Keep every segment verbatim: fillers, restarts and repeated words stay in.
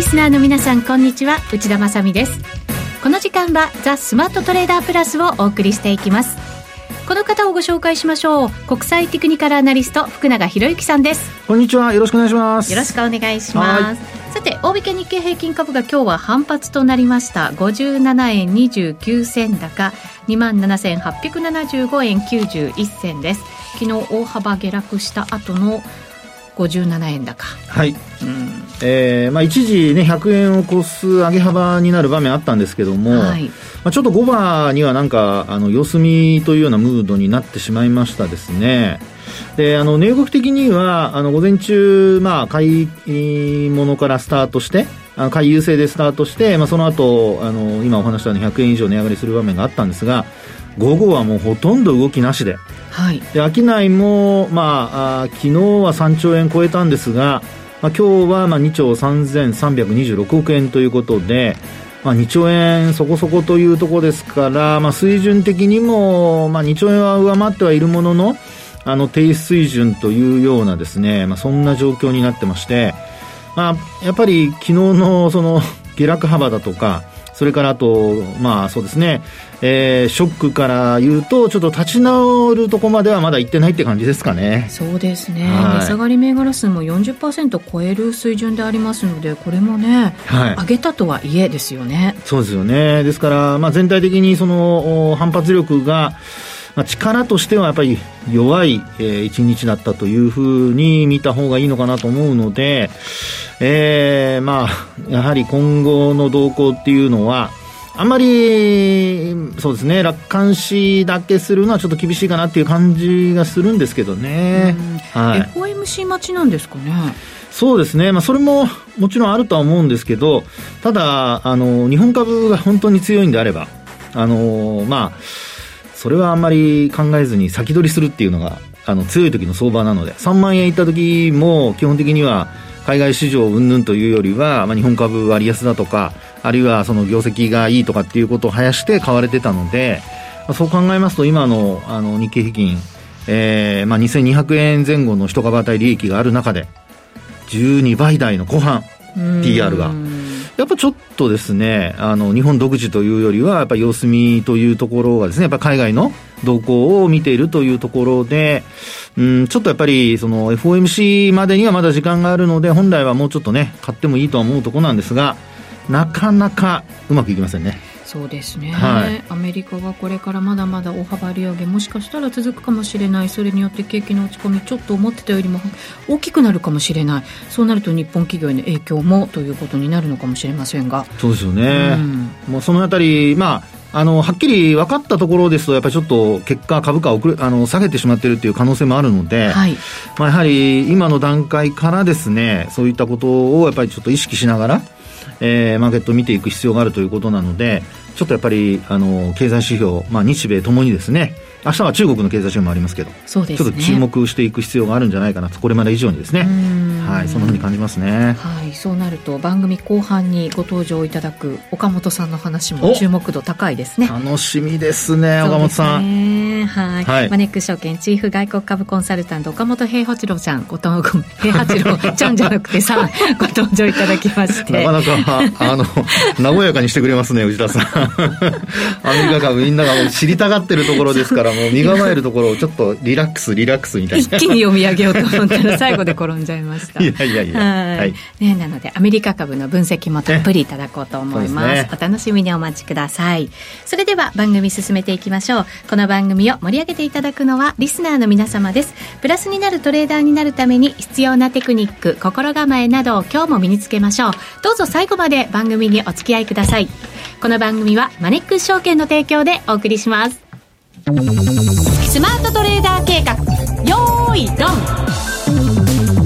スナーの皆さんこんにちは、内田まさみです。この時間はザ・スマートトレーダープラスをお送りしていきます。この方をご紹介しましょう。国際テクニカルアナリスト福永博之さんです。 こんにちは、よろしくお願いします。 よろしくお願いします。さて、大引け日経平均株が今日は反発となりました。ごじゅうななえんにじゅうきゅうせん高 にまんななせんはっぴゃくななじゅうごえんきゅうじゅういっせんです。昨日大幅下落した後のごじゅうななえん高。はい、うんえーまあ、一時、ね、ひゃくえんを超す上げ幅になる場面あったんですけども、はい、まあ、ちょっとごばにはなんかあの様子見というようなムードになってしまいましたですね。で、あの値動き的にはあの午前中、まあ、買い物からスタートしてあの買い優勢でスタートして、まあ、その後あの今お話したようにひゃくえん以上値上がりする場面があったんですが、午後はもうほとんど動きなしで、はい、で商いも、まあ、あ昨日はさんちょうえん超えたんですが、まあ、今日はまあにちょうさんぜんさんびゃくにじゅうろくおくえんということで、まあ、にちょうえんそこそこというところですから、まあ、水準的にも、まあ、にちょうえんは上回ってはいるものの、あの低水準というようなですね、まあ、そんな状況になってまして、まあ、やっぱり昨日のその下落幅だとか、それからあと、まあそうですね、えー、ショックから言うとちょっと立ち直るとこまではまだ行ってないって感じですかね。 そうですね、はい、値下がり銘柄数も よんじゅっパーセント 超える水準でありますので、これもね、はい、上げたとはいえですよね。 そうですよね。ですから、まあ、全体的にその反発力が、まあ、力としてはやっぱり弱い、えー、一日だったというふうに見た方がいいのかなと思うので、えー、まあやはり今後の動向っていうのはあんまりそうですね、楽観視だけするのはちょっと厳しいかなっていう感じがするんですけどね。 はい、エフオーエムシー 待ちなんですかね。 そうですね、まあ、それももちろんあるとは思うんですけど、ただあの日本株が本当に強いんであれば、あのまあそれはあんまり考えずに先取りするっていうのがあの強い時の相場なので、さんまんえんいった時も基本的には海外市場云々というよりは、まあ、日本株割安だとか、あるいはその業績がいいとかっていうことを生やして買われてたので、まあ、そう考えますと今 の, あの日経平均、えーまあ、にせんにひゃくえんぜん後の一株当たり利益がある中でじゅうにばい台の後半 ティーアール がやっぱちょっとですね、あの日本独自というよりはやっぱ様子見というところがですね、やっぱ海外の動向を見ているというところで、うん、ちょっとやっぱりその エフオーエムシー までにはまだ時間があるので、本来はもうちょっとね買ってもいいとは思うところなんですが、なかなかうまくいきませんね。 そうですね、 はい、 アメリカはこれからまだまだ大幅利上げもしかしたら続くかもしれない。それによって景気の落ち込みちょっと思ってたよりも大きくなるかもしれない。そうなると日本企業への影響もということになるのかもしれませんが。 そうですよね、うん、もうそのあたり、まあ、あのはっきり分かったところですとやっぱりちょっと結果株価を遅れあの下げてしまっているという可能性もあるので、はい、まあ、やはり今の段階からですね、そういったことをやっぱりちょっと意識しながら、えー、マーケットを見ていく必要があるということなので、ちょっとやっぱりあの経済指標、まあ、日米ともにですね、明日は中国の経済指標もありますけど、 そうですね、 ちょっと注目していく必要があるんじゃないかなと、これまで以上にですね、はい、そんなふうに感じますね。 はい、そうなると番組後半にご登場いただく岡本さんの話も注目度高いですね。 楽しみですね、岡本さん。 はい、はい、マネックス証券チーフ外国株コンサルタント岡本平八郎さん、ごと平八郎ちゃんじゃなくてさんご登場いただきましてなかなかあの和やかにしてくれますね、内田さん。アメリカ株みんながもう知りたがってるところですから、もう身構えるところをちょっとリラックスリラックスみたいな、 一気に読み上げようと思ったら最後で転んじゃいました。 いやいやいや、はい、 はい、ね、なのでアメリカ株の分析もたっぷりいただこうと思います、ね、お楽しみにお待ちください。それでは番組進めていきましょう。この番組を盛り上げていただくのはリスナーの皆様です。プラスになるトレーダーになるために必要なテクニック、心構えなどを今日も身につけましょう。どうぞ最後まで番組にお付き合いください。この番組はマネックス証券の提供でお送りします。スマートトレーダー計画、よーいドン。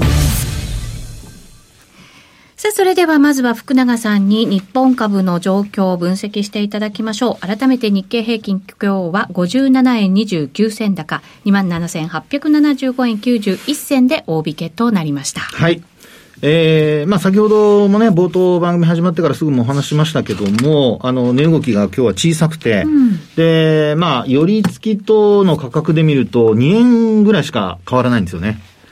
さあ、それではまずは福永さんに日本株の状況を分析していただきましょう。改めて日経平均今日はごじゅうななえんにじゅうきゅうせん高 にまんななせんはっぴゃくななじゅうごえんきゅうじゅういっせんで大引けとなりました。 はい、えーまあ、先ほどもね冒頭番組始まってからすぐもお話しましたけども、あの値動きが今日は小さくて、うん、でまあ寄り付きとの価格で見るとにえんぐらいしか変わらないんですよね。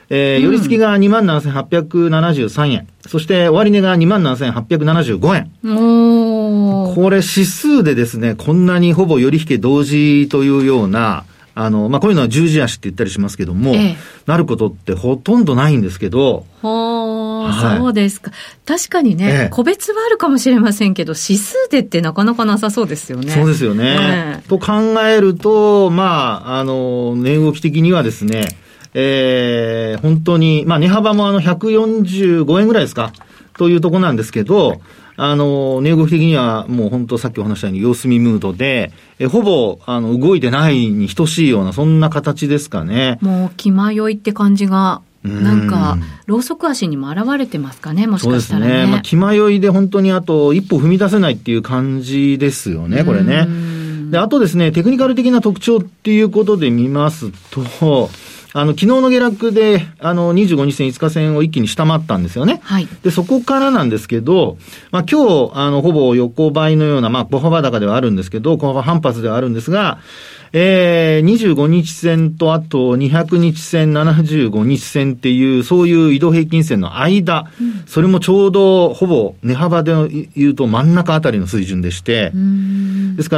えー、寄り付きが にまんななせんはっぴゃくななじゅうさんえん、そして終値が にまんななせんはっぴゃくななじゅうごえん。 おー。 これ指数でですね、こんなにほぼ寄り引け同時というような、あの、まあ、こういうのは十字足って言ったりしますけども、ええ、なることってほとんどないんですけど。 はあ、はい、そうですか。確かにね、ええ、個別はあるかもしれませんけど、指数でってなかなかなさそうですよね。 そうですよね。ええ、と考えると、まあ、あの、値動き的にはですね、えー、本当に、まあ、値幅もあの、ひゃくよんじゅうごえんぐらいですか、というとこなんですけど、あの、値動き的にはもう本当さっきお話したように様子見ムードで、え、ほぼ、あの、動いてないに等しいような、そんな形ですかね。 もう、気迷いって感じが、なんか、ローソク足にも現れてますかね、もしかしたらね。そうですね。まあ、 気迷いで本当にあと一歩踏み出せないっていう感じですよね、これね。で、あとですね、テクニカル的な特徴っていうことで見ますと、あの、昨日の下落で、あの、にじゅうごにちせん、いつかせんを一気に下回ったんですよね。はい。で、そこからなんですけど、まあ、今日、あの、ほぼ横ばいのような、まあ、小幅高ではあるんですけど、小幅反発ではあるんですが、えー、にじゅうごにちせんと、あと、にひゃくにちせん、ななじゅうごにちせんっていう、そういう移動平均線の間、うん、それもちょうど、ほぼ、値幅で言うと真ん中あたりの水準でして、うんですから、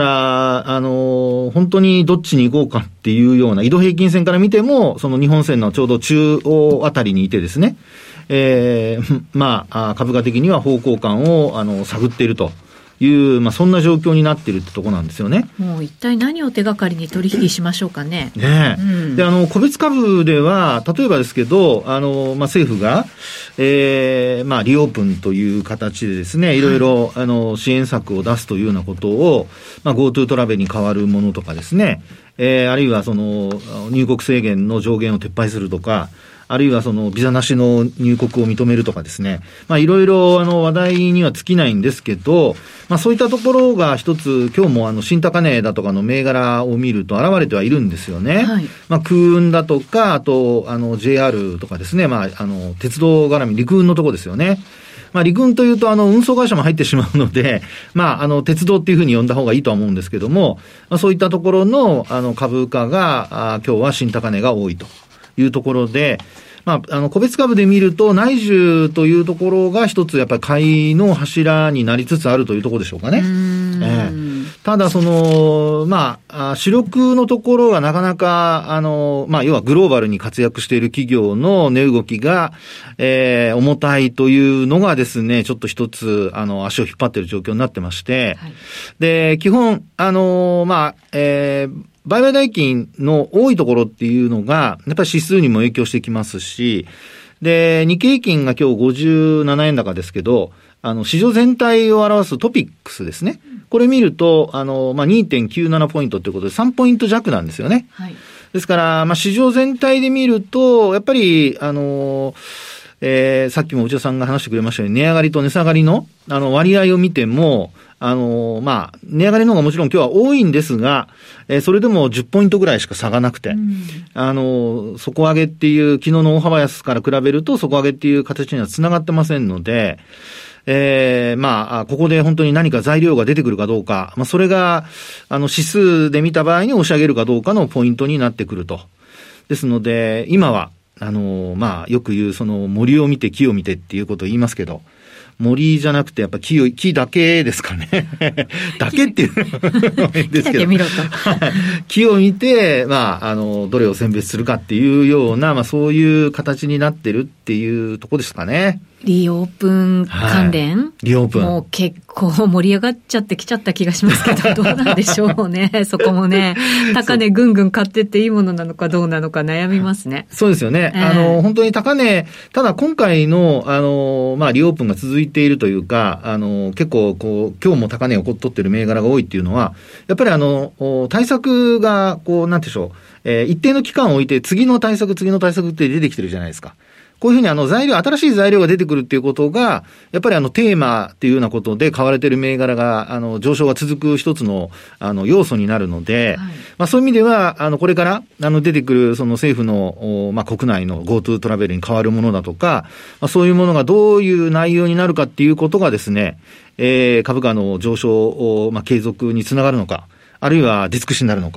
あの、本当にどっちに行こうかっていうような、移動平均線から見ても、その日本線のちょうど中央あたりにいてですね、えー、まあ、株価的には方向感を、あの、探っていると。いう、まあ、そんな状況になっているってとこなんですよね。 もう一体何を手がかりに取引しましょうかね。 ねえ。うん、で、あの、個別株では、例えばですけど、あの、まあ、政府が、えー、まあ、リオープンという形でですね、いろいろ、はい、あの、支援策を出すというようなことを、まあ、GoTo トラベルに代わるものとかですね、えー、あるいはその、入国制限の上限を撤廃するとか、あるいはそのビザなしの入国を認めるとかですね。まあいろいろあの話題には尽きないんですけど、まあそういったところが一つ今日もあの新高値だとかの銘柄を見ると現れてはいるんですよね。はい、まあ空運だとか、あとあの ジェイアール とかですね。まああの鉄道絡み陸運のとこですよね。まあ陸運というとあの運送会社も入ってしまうので、まああの鉄道っていうふうに呼んだ方がいいとは思うんですけども、まあそういったところのあの株価があ今日は新高値が多いというところで、まあ、あの、個別株で見ると、内需というところが一つやっぱり買いの柱になりつつあるというところでしょうかね。えー、ただ、その、まあ、主力のところがなかなか、あの、まあ、要はグローバルに活躍している企業の値動きが、えー、重たいというのがですね、ちょっと一つ、あの、足を引っ張っている状況になってまして、はい、で、基本、あの、まあ、えー、売買代金の多いところっていうのが、やっぱり指数にも影響してきますし、で、日経平均が今日ごじゅうななえん高ですけど、あの、市場全体を表すトピックスですね。これ見ると、あの、まあ、にてんきゅうなな ポイントということでさんポイント弱なんですよね。はい。ですから、まあ、市場全体で見ると、やっぱり、あの、えー、さっきも内田さんが話してくれましたように、値上がりと値下がりの、あの、割合を見ても、あの、まあ、値上がりの方がもちろん今日は多いんですが、えー、それでもじゅっポイントぐらいしか差がなくて、うん、あの、底上げっていう、昨日の大幅安から比べると底上げっていう形には繋がってませんので、えー、まあ、ここで本当に何か材料が出てくるかどうか、まあ、それが、あの、指数で見た場合に押し上げるかどうかのポイントになってくると。ですので、今は、あの、まあ、よく言う、その、森を見て木を見てっていうことを言いますけど、森じゃなくてやっぱ木を、木だけですかね。だけっていうのは変ですけど。木だけ見ろと。木を見て、まあ、あの、どれを選別するかっていうような、まあ、そういう形になってるっていうところですかね。 リオープン関連、はい、 リオープン。 もう結構盛り上がっちゃってきちゃった気がしますけど、どうなんでしょうね。そこもね、高値ぐんぐん買ってっていいものなのかどうなのか悩みますね。 そうですよね。えー、あの、本当に高値、ただ今回の、あの、まあ、リオープンが続いているというか、あの、結構、こう、今日も高値を取っている銘柄が多いっていうのは、やっぱりあの、対策が、こう、なんてでしょう、えー、一定の期間を置いて、次の対策、次の対策って出てきてるじゃないですか。こういうふうにあの材料、新しい材料が出てくるっていうことが、やっぱりあのテーマっていうようなことで買われている銘柄が、あの上昇が続く一つのあの要素になるので、はい、まあそういう意味では、あのこれからあの出てくるその政府の、まあ国内の GoTo トラベルに変わるものだとか、まあそういうものがどういう内容になるかっていうことがですね、えー、株価の上昇を、まあ継続につながるのか、あるいは出尽くしになるのか、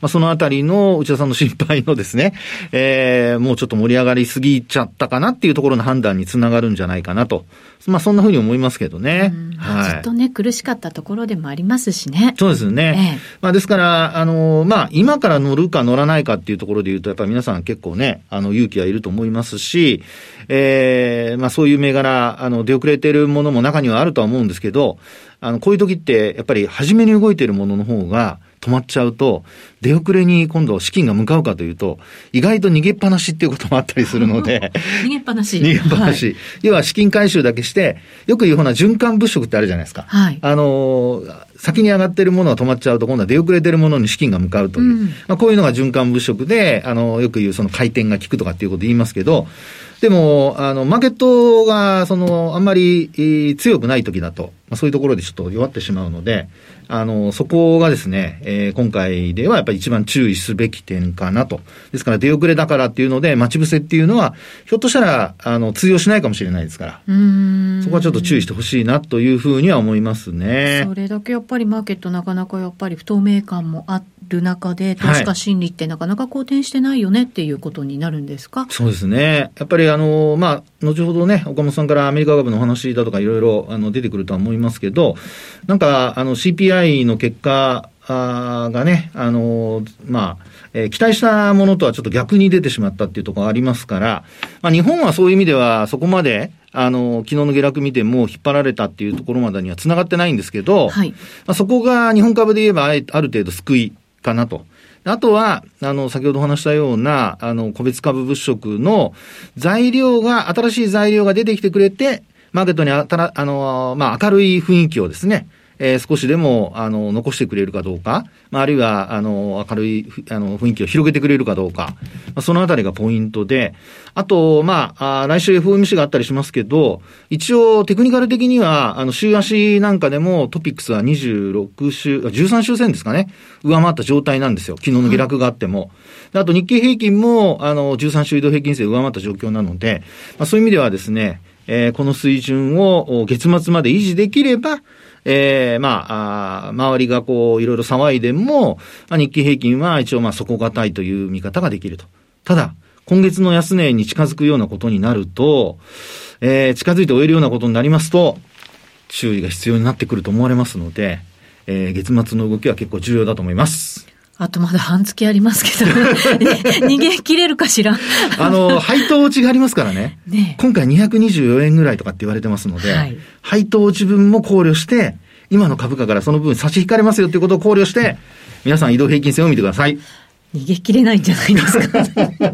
まあ、そのあたりの内田さんの心配のですね、えー、もうちょっと盛り上がりすぎちゃったかなっていうところの判断につながるんじゃないかなと。まあ、そんなふうに思いますけどね。 はい、ずっとね、苦しかったところでもありますしね。 そうですね。ええ、まあ、ですから、あの、まあ、今から乗るか乗らないかっていうところで言うと、やっぱり皆さん結構ね、あの、勇気はいると思いますし、えー、まあ、そういう銘柄、あの、出遅れているものも中にはあるとは思うんですけど、あの、こういう時って、やっぱり初めに動いているものの方が、止まっちゃうと、出遅れに今度資金が向かうかというと、意外と逃げっぱなしっていうこともあったりするので。 逃げっぱなし。 逃げっぱなし、はい。要は資金回収だけして、よく言うほうな循環物色ってあるじゃないですか。はい。あの、先に上がっているものが止まっちゃうと、今度は出遅れているものに資金が向かうという。うん、まあ、こういうのが循環物色で、あの、よく言うその回転が効くとかっていうことを言いますけど、でも、あの、マーケットが、その、あんまり、えー、強くない時だと、まあ、そういうところでちょっと弱ってしまうので、あの、そこがですね、えー、今回ではやっぱり一番注意すべき点かなと。ですから出遅れだからっていうので、待ち伏せっていうのは、ひょっとしたら、あの、通用しないかもしれないですから。うーん、そこはちょっと注意してほしいなというふうには思いますね。 それだけやっぱりマーケットなかなかやっぱり不透明感もある中で、投資家心理ってなかなか好転してないよねっていうことになるんですか？ そうですね。やっぱりあの、まあ、後ほどね、岡本さんからアメリカ株のお話だとかいろいろあの出てくるとは思いますけど、なんかあの シーピーアイ の結果がね、あの、まあ、えー、期待したものとはちょっと逆に出てしまったっていうところがありますから、まあ、日本はそういう意味ではそこまであの、昨日の下落見ても引っ張られたっていうところまでには繋がってないんですけど、はい、まあ、そこが日本株で言えばある程度救いかなと。あとは、あの、先ほどお話したような、あの、個別株物色の材料が、新しい材料が出てきてくれて、マーケットにあたら、あの、まあ、明るい雰囲気をですね、えー、少しでも、あの、残してくれるかどうか、まあ、あるいは、あの、明るい、あの、雰囲気を広げてくれるかどうか、まあ、そのあたりがポイントで、あと、まあ、あ来週 エフオーエムシー があったりしますけど、一応、テクニカル的には、あの、週足なんかでも、トピックスはにじゅうろく週、じゅうさん週線ですかね、上回った状態なんですよ。昨日の下落があっても。であと、日経平均も、あの、じゅうさん週移動平均線上回った状況なので、まあ、そういう意味ではですね、えー、この水準を月末まで維持できれば、えー、まあ、あ周りがこう、いろいろ騒いでも、まあ、日経平均は一応まあ底堅いという見方ができると。ただ、今月の安値に近づくようなことになると、えー、近づいて終えるようなことになりますと、注意が必要になってくると思われますので、えー、月末の動きは結構重要だと思います。 あとまだ半月ありますけど、逃げ切れるかしら。 あの、配当落ちがありますからね。ね、今回にひゃくにじゅうよえんぐらいとかって言われてますので、はい、配当落ち分も考慮して、今の株価からその分差し引かれますよということを考慮して、皆さん移動平均線を見てください。 逃げ切れないんじゃないですか。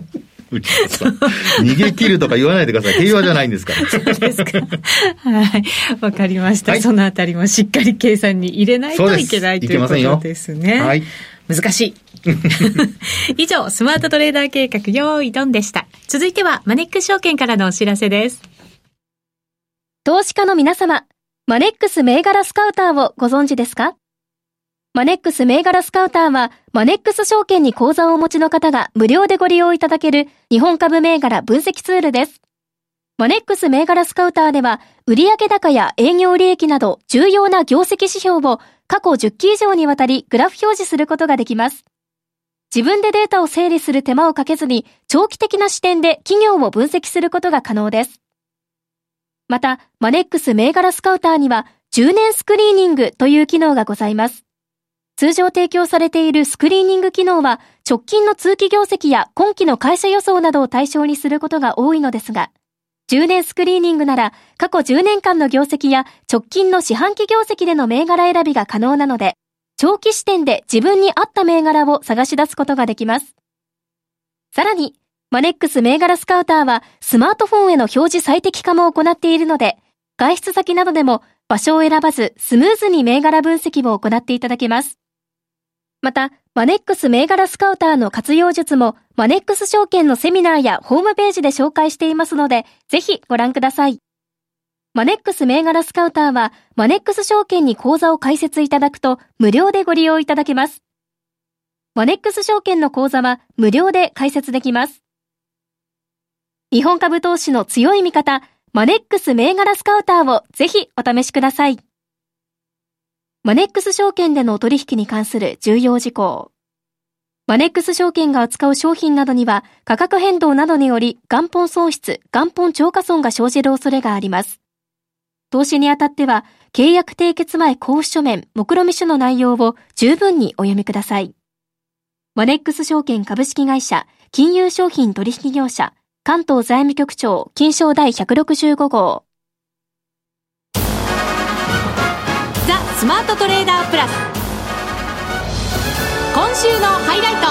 逃げ切るとか言わないでください。平和じゃないんですから。 そうですか。はい。わかりました、はい。そのあたりもしっかり計算に入れないといけないということですね。はい。難しい。以上、スマートトレーダー計画用意ドンでした。続いてはマネックス証券からのお知らせです。 投資家の皆様、マネックス銘柄スカウターをご存知ですか？マネックス銘柄スカウターは、マネックス証券に口座をお持ちの方が無料でご利用いただける日本株銘柄分析ツールです。マネックス銘柄スカウターでは、売上高や営業利益など重要な業績指標を過去じゅっき以上にわたりグラフ表示することができます。自分でデータを整理する手間をかけずに、長期的な視点で企業を分析することが可能です。また、マネックス銘柄スカウターには、じゅうねんスクリーニングという機能がございます。通常提供されているスクリーニング機能は、直近の通期業績や今期の会社予想などを対象にすることが多いのですが、じゅうねんスクリーニングなら、過去じゅうねんかんの業績や直近の四半期業績での銘柄選びが可能なので、長期視点で自分に合った銘柄を探し出すことができます。さらに、マネックス銘柄スカウターはスマートフォンへの表示最適化も行っているので、外出先などでも場所を選ばずスムーズに銘柄分析を行っていただけます。また、マネックス銘柄スカウターの活用術もマネックス証券のセミナーやホームページで紹介していますので、ぜひご覧ください。マネックス銘柄スカウターはマネックス証券に口座を開設いただくと無料でご利用いただけます。マネックス証券の口座は無料で開設できます。日本株投資の強い味方、マネックス銘柄スカウターをぜひお試しください。マネックス証券での取引に関する重要事項。 マネックス証券が扱う商品などには価格変動などにより元本損失、元本超過損が生じる恐れがあります。投資にあたっては契約締結前交付書面、目論見書の内容を十分にお読みください。マネックス証券株式会社金融商品取引業者関東財務局長金商第ひゃくろくじゅうご号。 ザ・スマートトレーダープラス、今週のハイライト。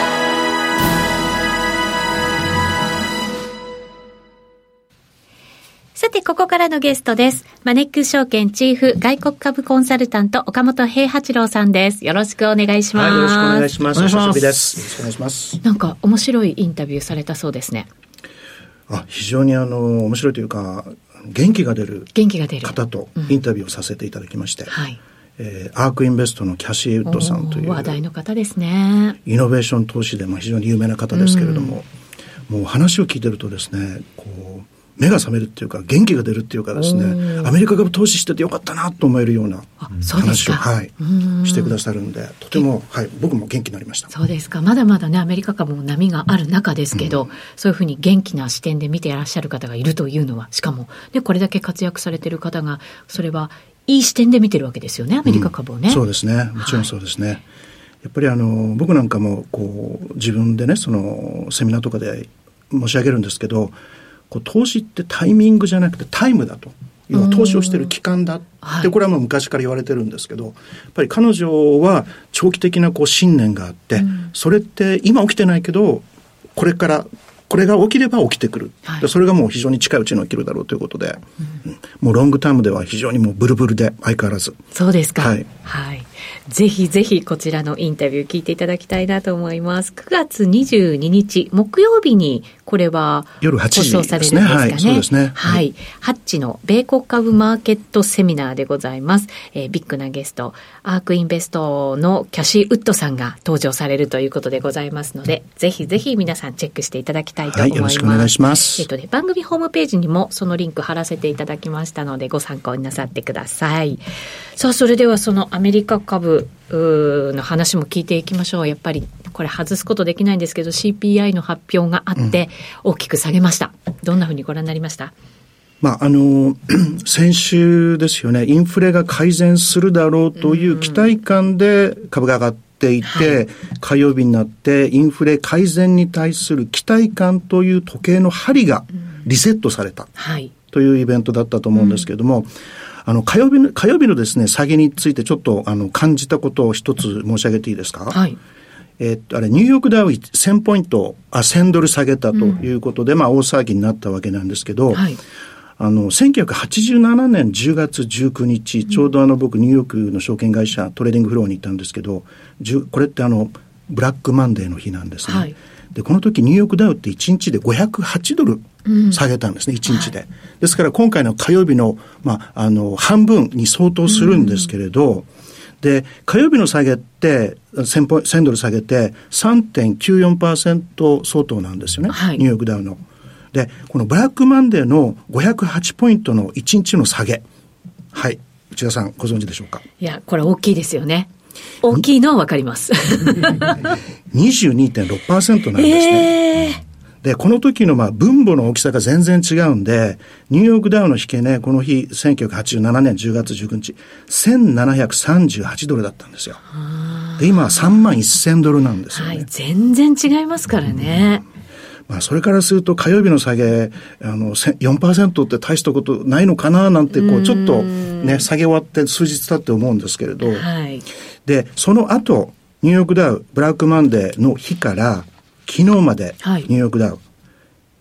さて、ここからのゲストです。マネックス証券チーフ外国株コンサルタント岡本平八郎さんです。よろしくお願いします。 はい、よろしくお願いします。お願いします。 お久しぶりです。よろしくお願いします。 なんか面白いインタビューされたそうですね。 あ、非常にあの面白いというか元気が出る元気が出る方とインタビューをさせていただきまして、 うん、はい、 えー、アークインベストのキャシー・ウッドさんという話題の方ですね。 イノベーション投資でも非常に有名な方ですけれども、うん、もう話を聞いてるとですね、こう目が覚めるっていうか元気が出るっていうかですね、アメリカ株投資しててよかったなと思えるような話を、はい、してくださるんで、とても、はい、僕も元気になりました。 そうですか。まだまだねアメリカ株も波がある中ですけど、うん、そういうふうに元気な視点で見ていらっしゃる方がいるというのは、しかも、ね、これだけ活躍されている方がそれはいい視点で見てるわけですよね、アメリカ株をね、 うん、そうですね、もちろんそうですね、はい、やっぱりあの僕なんかもこう自分でねそのセミナーとかで申し上げるんですけど、こう投資ってタイミングじゃなくてタイムだと、要は投資をしている期間だって、これはもう昔から言われてるんですけど、やっぱり彼女は長期的なこう信念があって、うん、それって今起きてないけどこれからこれが起きれば起きてくる、はい、でそれがもう非常に近いうちに起きるだろうということで、うん、もうロングタームでは非常にもうブルブルで相変わらず。 そうですか、 はい、 はい、ぜひぜひこちらのインタビュー聞いていただきたいなと思います。くがつにじゅうににち木曜日にこれは夜はちじ放送されるんですかね。 はい、そうですね。 はい、ハッチの米国株マーケットセミナーでございます。えー、ビッグなゲストアークインベストのキャシー・ウッドさんが登場されるということでございますので、ぜひぜひ皆さんチェックしていただきたいと思います。はい、よろしくお願いします。えっとね、番組ホームページにもそのリンク貼らせていただきましたのでご参考になさってください。さあ、それではそのアメリカ株の話も聞いていきましょう。やっぱりこれ外すことできないんですけど シーピーアイ の発表があって大きく下げました、うん、どんなふうにご覧になりました？ まあ、あの先週ですよね、インフレが改善するだろうという期待感で株が上がっていて、はい、火曜日になってインフレ改善に対する期待感という時計の針がリセットされた、はい、というイベントだったと思うんですけれども、うん、あの火曜日の、火曜日のですね、下げについてちょっとあの感じたことを一つ申し上げていいですか？はい。えー、っと、あれ、ニューヨークダウせんポイント、あ、せんドル下げたということで、うん、まあ、大騒ぎになったわけなんですけど、はい、あの、せんきゅうひゃくはちじゅうななねんじゅうがつじゅうくにち、ちょうどあの、僕、ニューヨークの証券会社、トレーディングフローに行ったんですけど、これってあの、ブラックマンデーの日なんですね。はい、で、この時、ニューヨークダウっていちにちでごひゃくはちドル下げたんですね、うん、いちにちで。ですから、今回の火曜日の、まあ、あの、半分に相当するんですけれど、うんで、火曜日の下げってせんドル下げて さんてんきゅうよんパーセント 相当なんですよね、はい、ニューヨークダウの。で、このブラックマンデーのごひゃくはちポイントのいちにちの下げ。はい。内田さんご存知でしょうか？ いや、これ大きいですよね。大きいのはわかります。 にじゅうにてんろくパーセント なんですね。えーで、この時のまあ分母の大きさが全然違うんで、ニューヨークダウの引けね、この日、せんきゅうひゃくはちじゅうななねんじゅうがつじゅうくにち、せんななひゃくさんじゅうはちドルだったんですよ。で、今はさんまんせんドルなんですよね。はい、 全然違いますからね。 うん、まあ、それからすると火曜日の下げ、あの、よんパーセント って大したことないのかななんて、こう、ちょっとね、下げ終わって数日経って思うんですけれど、はい、で、その後、ニューヨークダウ、ブラックマンデーの日から、昨日までニューヨークダウ、はい、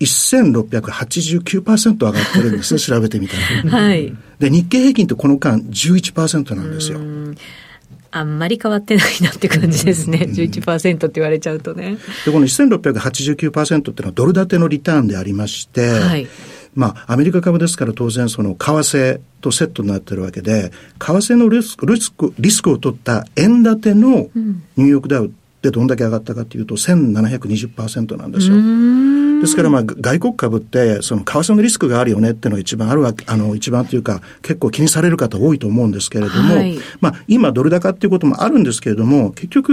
せんろっぴゃくはちじゅうきゅうパーセント 上がってるんですね。調べてみたら。はい。で、日経平均ってこの間 じゅういちパーセント なんですよ。 あんまり変わってないなって感じですね。じゅういちパーセント って言われちゃうとね。 で、このせんろっぴゃくはちじゅうきゅうパーセント っていうのはドル建てのリターンでありまして、はい。まあ、アメリカ株ですから当然その為替とセットになってるわけで、為替のリスク、リスク、リスクを取った円建てのニューヨークダウでどんだけ上がったかというと せんななひゃくにじゅっパーセント なんですよ。ですからまあ外国株ってその為替のリスクがあるよねっていうのが一番あるわけ、あの一番というか結構気にされる方多いと思うんですけれども、はい、まあ今ドル高っていうこともあるんですけれども、結局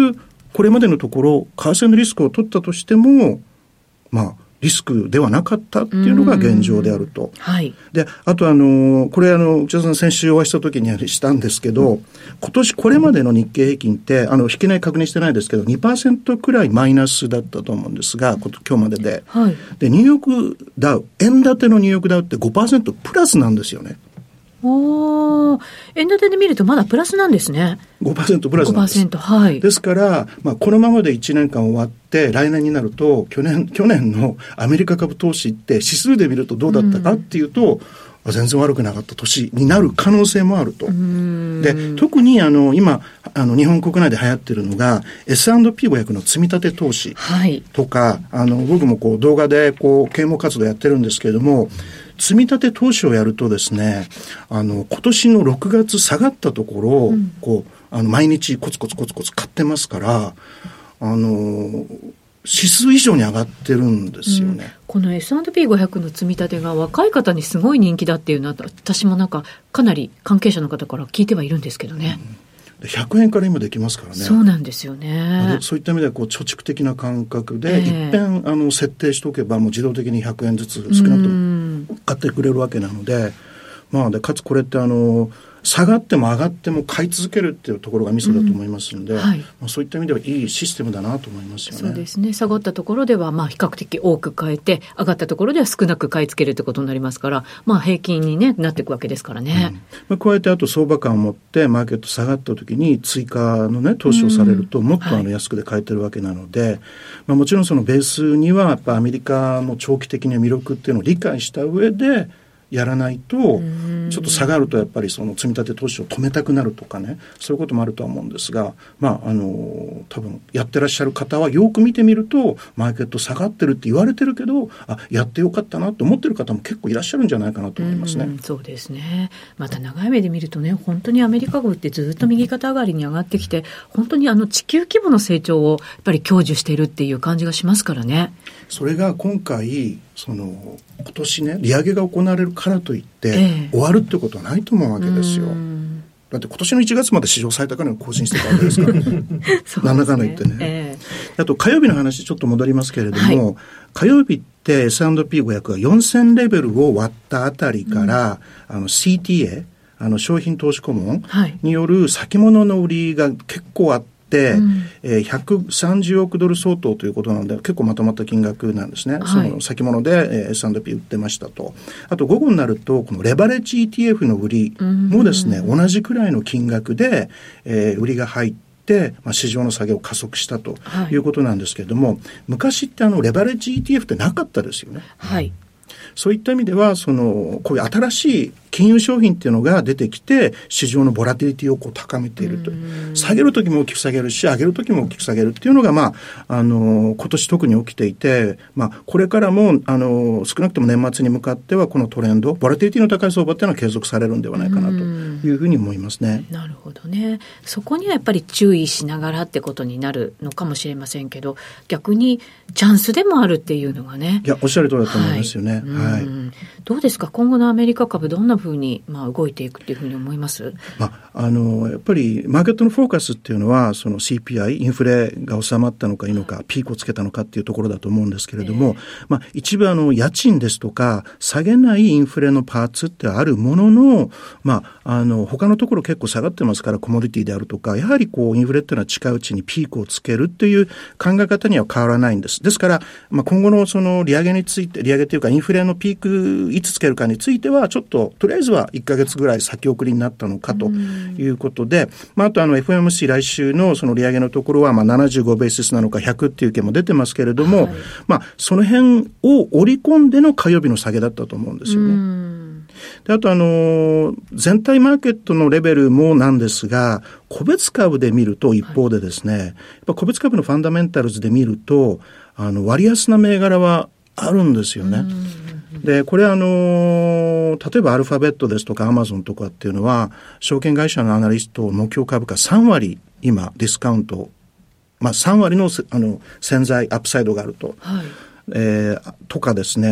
これまでのところ為替のリスクを取ったとしてもまあリスクではなかったっていうのが現状であると。 はい。 で、あとあの、これあの、内田さん先週お会いした時にしたんですけど、うん、今年これまでの日経平均って、あの、引き値確認してないですけど、にパーセント くらいマイナスだったと思うんですが、今日までで。はい。で、ニューヨークダウ、円建てのニューヨークダウって ごパーセント プラスなんですよね。 おー、円建てで見るとまだプラスなんですね。 ごパーセント プラスなんです。 ごパーセント、はい。 ですから、まあ、このままでいちねんかん終わって、来年になると、去年、去年のアメリカ株投資って指数で見るとどうだったかっていうと、うん、全然悪くなかった年になる可能性もあると。で、特にあの、今、あの、日本国内で流行ってるのが、エスアンドピーごひゃく の積み立て投資とか、はい、あの、僕もこう、動画でこう、啓蒙活動やってるんですけれども、積み立て投資をやるとですね、あの、今年のろくがつ下がったところを、うん、こう、あの、毎日コツコツコツコツ買ってますから、あの、指数以上に上がってるんですよね。うん、 この エスアンドピーごひゃく の積み立てが若い方にすごい人気だっていうのは、私もなんか、かなり関係者の方から聞いてはいるんですけどね。 うん、ひゃくえんから今できますからね。 そうなんですよね。 そういった意味ではこう貯蓄的な感覚で、えー、一遍あの設定しておけばもう自動的にひゃくえんずつ少なくとも買ってくれるわけなので、まあでかつこれってあの下がっても上がっても買い続けるっていうところがミソだと思いますので、うんはい、まあ、そういった意味ではいいシステムだなと思いますよね。 そうですね。下がったところではまあ比較的多く買えて、上がったところでは少なく買い付けるってことになりますから、まあ平均に、ね、なっていくわけですからね。うんまあ、加えてあと相場感を持ってマーケット下がった時に追加のね投資をされるともっとあの安くで買えてるわけなので、はい、まあ、もちろんそのベースにはやっぱアメリカの長期的な魅力っていうのを理解した上でやらないとちょっと下がるとやっぱりその積み立て投資を止めたくなるとかね、そういうこともあるとは思うんですが、まああの多分やってらっしゃる方はよく見てみるとマーケット下がってるって言われてるけど、あやってよかったなと思ってる方も結構いらっしゃるんじゃないかなと思いますね。 うん、そうですね。また長い目で見るとね、本当にアメリカ株ってずっと右肩上がりに上がってきて、本当にあの地球規模の成長をやっぱり享受しているっていう感じがしますからね。 それが今回その今年ね利上げが行われるからといって、ええ、終わるってことはないと思うわけですよ。だって今年のいちがつまで史上最高値を更新してたわけですからね。何らかの言ってね、ええ、あと火曜日の話ちょっと戻りますけれども、はい、火曜日って エスアンドピーごひゃく がよんせんレベルを割ったあたりから、うん、あの シーティーエー あの商品投資顧問による先物の売りが結構あってで、うんえー、ひゃくさんじゅうおくドル相当ということなので結構まとまった金額なんですね、はい、その先物で、えー、エスアンドピー 売ってましたと。あと午後になるとこのレバレッジ イーティーエフ の売りもですね、うん、同じくらいの金額で、えー、売りが入ってまあ、市場の下げを加速したということなんですけれども、はい、昔ってあのレバレッジ イーティーエフ ってなかったですよね。 はい、 そういった意味ではそのこういう新しい金融商品っていうのが出てきて市場のボラティリティをこう高めているという、下げるときも大きく下げるし上げるときも大きく下げるっていうのが、まあ、あの今年特に起きていて、まあ、これからもあの少なくとも年末に向かってはこのトレンドボラティリティの高い相場っていうのは継続されるんではないかなというふうに思いますね。 なるほどね。そこにはやっぱり注意しながらってことになるのかもしれませんけど、逆にチャンスでもあるっていうのがね。 いやおっしゃる通りだと思いますよね。 はいはい、どうですか今後のアメリカ株どんなふうに、まあ、動いていくっていうふうに思います？ まあ、あのやっぱりマーケットのフォーカスっていうのはその シーピーアイ インフレが収まったのかいいのか、はい、ピークをつけたのかっていうところだと思うんですけれども、えーまあ、一部あの家賃ですとか下げないインフレのパーツってあるものの、まあ、あの他のところ結構下がってますからコモディティであるとかやはりこうインフレっていうのは近いうちにピークをつけるっていう考え方には変わらないんです。ですから、まあ、今後のその利上げについて利上げというかインフレのピークいつつけるかについてはちょっととりあえずはいっかげつぐらい先送りになったのかということで、まあ、あとあの エフオーエムシー 来週のその利上げのところはまあななじゅうごベーシスなのかひゃくっていう意見も出てますけれども、はい、まあその辺を織り込んでの火曜日の下げだったと思うんですよね。であとあの全体マーケットのレベルもなんですが個別株で見ると一方でですね、はい、やっぱ個別株のファンダメンタルズで見るとあの割安な銘柄はあるんですよね。でこれあの例えばアルファベットですとかアマゾンとかっていうのは証券会社のアナリスト目標株価さんわり今ディスカウント、まあ、さんわりの、あの潜在アップサイドがあると、はいえー、とかですね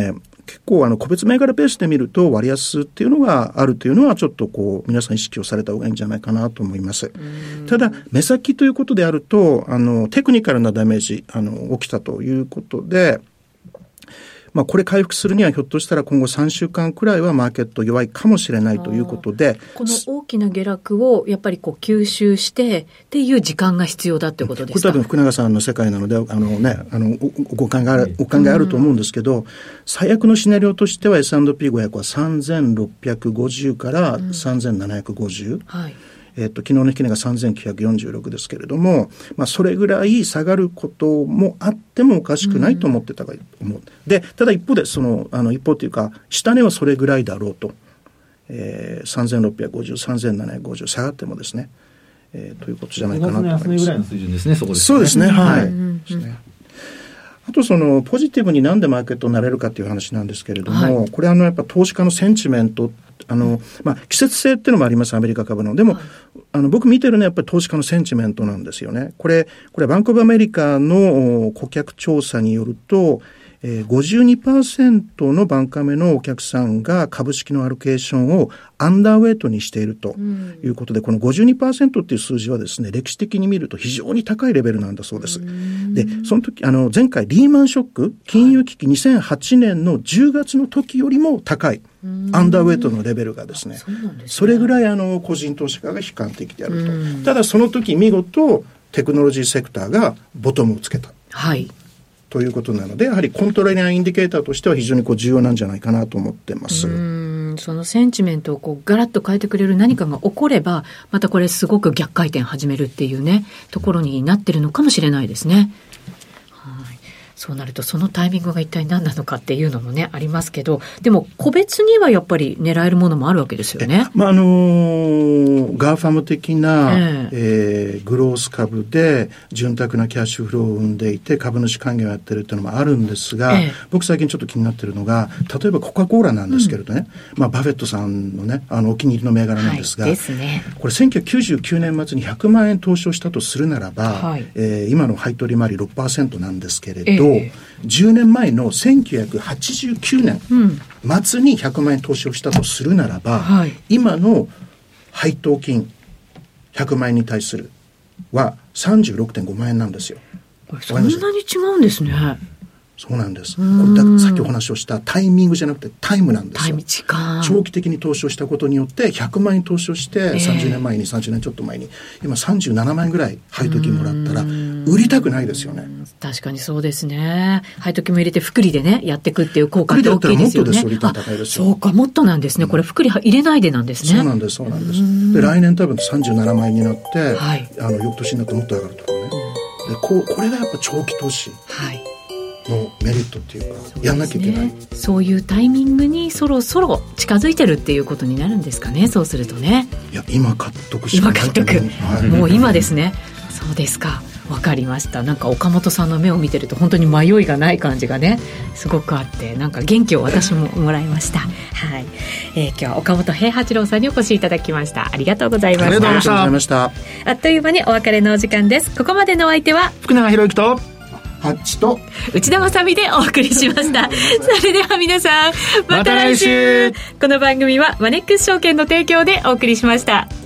結構あの個別銘柄ベースで見ると割安っていうのがあるというのはちょっとこう皆さん意識をされた方がいいんじゃないかなと思います。ただ目先ということであるとあのテクニカルなダメージあの起きたということで、まあ、これ回復するにはひょっとしたら今後さんしゅうかんくらいはマーケット弱いかもしれないということで、 この大きな下落をやっぱりこう吸収してっていう時間が必要だってことですか。 これ多分福永さんの世界なのであの、ね、あのご考えある、お考えあると思うんですけど、うん、最悪のシナリオとしては エスアンドピーごひゃく はさんぜんろっぴゃくごじゅうからさんぜんななひゃくごじゅう、うんはいえっと、昨日の引け値がさんぜんきゅうひゃくよんじゅうろくですけれども、まあ、それぐらい下がることもあってもおかしくないと思ってたがいいと思う。で、ただ一方で、その、あの、一方というか、下値はそれぐらいだろうと。えー、さんぜんろっぴゃくごじゅう、さんぜんななひゃくごじゅう下がってもですね、えー、ということじゃないかなと思います。 ごがつの安値ぐらいの水準ですね、そこですね。 そうですね、はい。 うんうんうん、 あとそのポジティブになんでマーケットになれるかっていう話なんですけれども、はい、これあのやっぱ投資家のセンチメントあの、まあ、季節性っていうのもあります、アメリカ株の。でも、はい、あの僕見てるのはやっぱり投資家のセンチメントなんですよね。これ、これバンクオブアメリカの顧客調査によると、えー、ごじゅうにパーセント のバンカメのお客さんが株式のアロケーションをアンダーウェイトにしているということで、うん、この ごじゅうにパーセント っていう数字はですね、歴史的に見ると非常に高いレベルなんだそうです。で、その時、あの、前回リーマンショック、金融危機にせんはちねんのじゅうがつの時よりも高い、アンダーウェイトのレベルがですね、そうなんですね。それぐらいあの、個人投資家が悲観的であると。ただその時見事、テクノロジーセクターがボトムをつけた。 はい。 ということなので、やはりコントローリアインディケーターとしては非常にこう重要なんじゃないかなと思ってます。 うーん、そのセンチメントをこうガラッと変えてくれる何かが起これば、またこれすごく逆回転始めるっていうね、ところになってるのかもしれないですね。はい。そうなるとそのタイミングが一体何なのかっていうのもねありますけど、でも個別にはやっぱり狙えるものもあるわけですよね。 まああのー、ガーファム的な、えーえー、グロース株で潤沢なキャッシュフローを生んでいて株主還元をやってるっていうのもあるんですが、えー、僕最近ちょっと気になってるのが例えばコカ・コーラなんですけれどね、うんまあ、バフェットさんのねあのお気に入りの銘柄なんですが、 はいですね、 これせんきゅうひゃくきゅうじゅうきゅうねん末にひゃくまんえん投資をしたとするならば、はいえー、今の配当利回り ろくパーセント なんですけれど、えーじゅうねんまえのせんきゅうひゃくはちじゅうきゅうねん末にひゃくまんえん投資をしたとするならば、はい、今の配当金ひゃくまんえんに対するは さんじゅうろくてんごまんえんなんですよ。 そんなに違うんですね。 そうなんです。これださっきお話をしたタイミングじゃなくてタイムなんですよ。 タイム時間。 長期的に投資をしたことによってひゃくまんえん投資をしてさんじゅうねんまえに、えー、さんじゅうねんちょっと前に今さんじゅうななまんえんぐらい配当金もらったら売りたくないですよね。 確かにそうですね。配当金も入れて複利でねやっていくっていう効果って大きいですよね。 複利だったらもっとですよ。利点高いですよ。 そうかもっとなんですね。これ複利入れないでなんですね。 そうなんですそうなんです。で来年多分さんじゅうななまんえんになって、はい、あの翌年になってもっと上がるとかね。でこうこれがやっぱ長期投資。はいのメリットっていうかやんなきゃいけない。 そういうタイミングにそろそろ近づいてるっていうことになるんですかね。そうするとね。 いや今買っとくしかない。 今買っとく、はい、もう今ですね。そうですか。わかりました。なんか岡本さんの目を見てると本当に迷いがない感じがねすごくあってなんか元気を私ももらいました。はい、えー、今日は岡本平八郎さんにお越しいただきました。ありがとうございました。 ありがとうございました。 あっという間にお別れのお時間です。ここまでのお相手は福永博之とハッチと内田まさみでお送りしましたそれでは皆さんまた来週、また来週。この番組はマネックス証券の提供でお送りしました。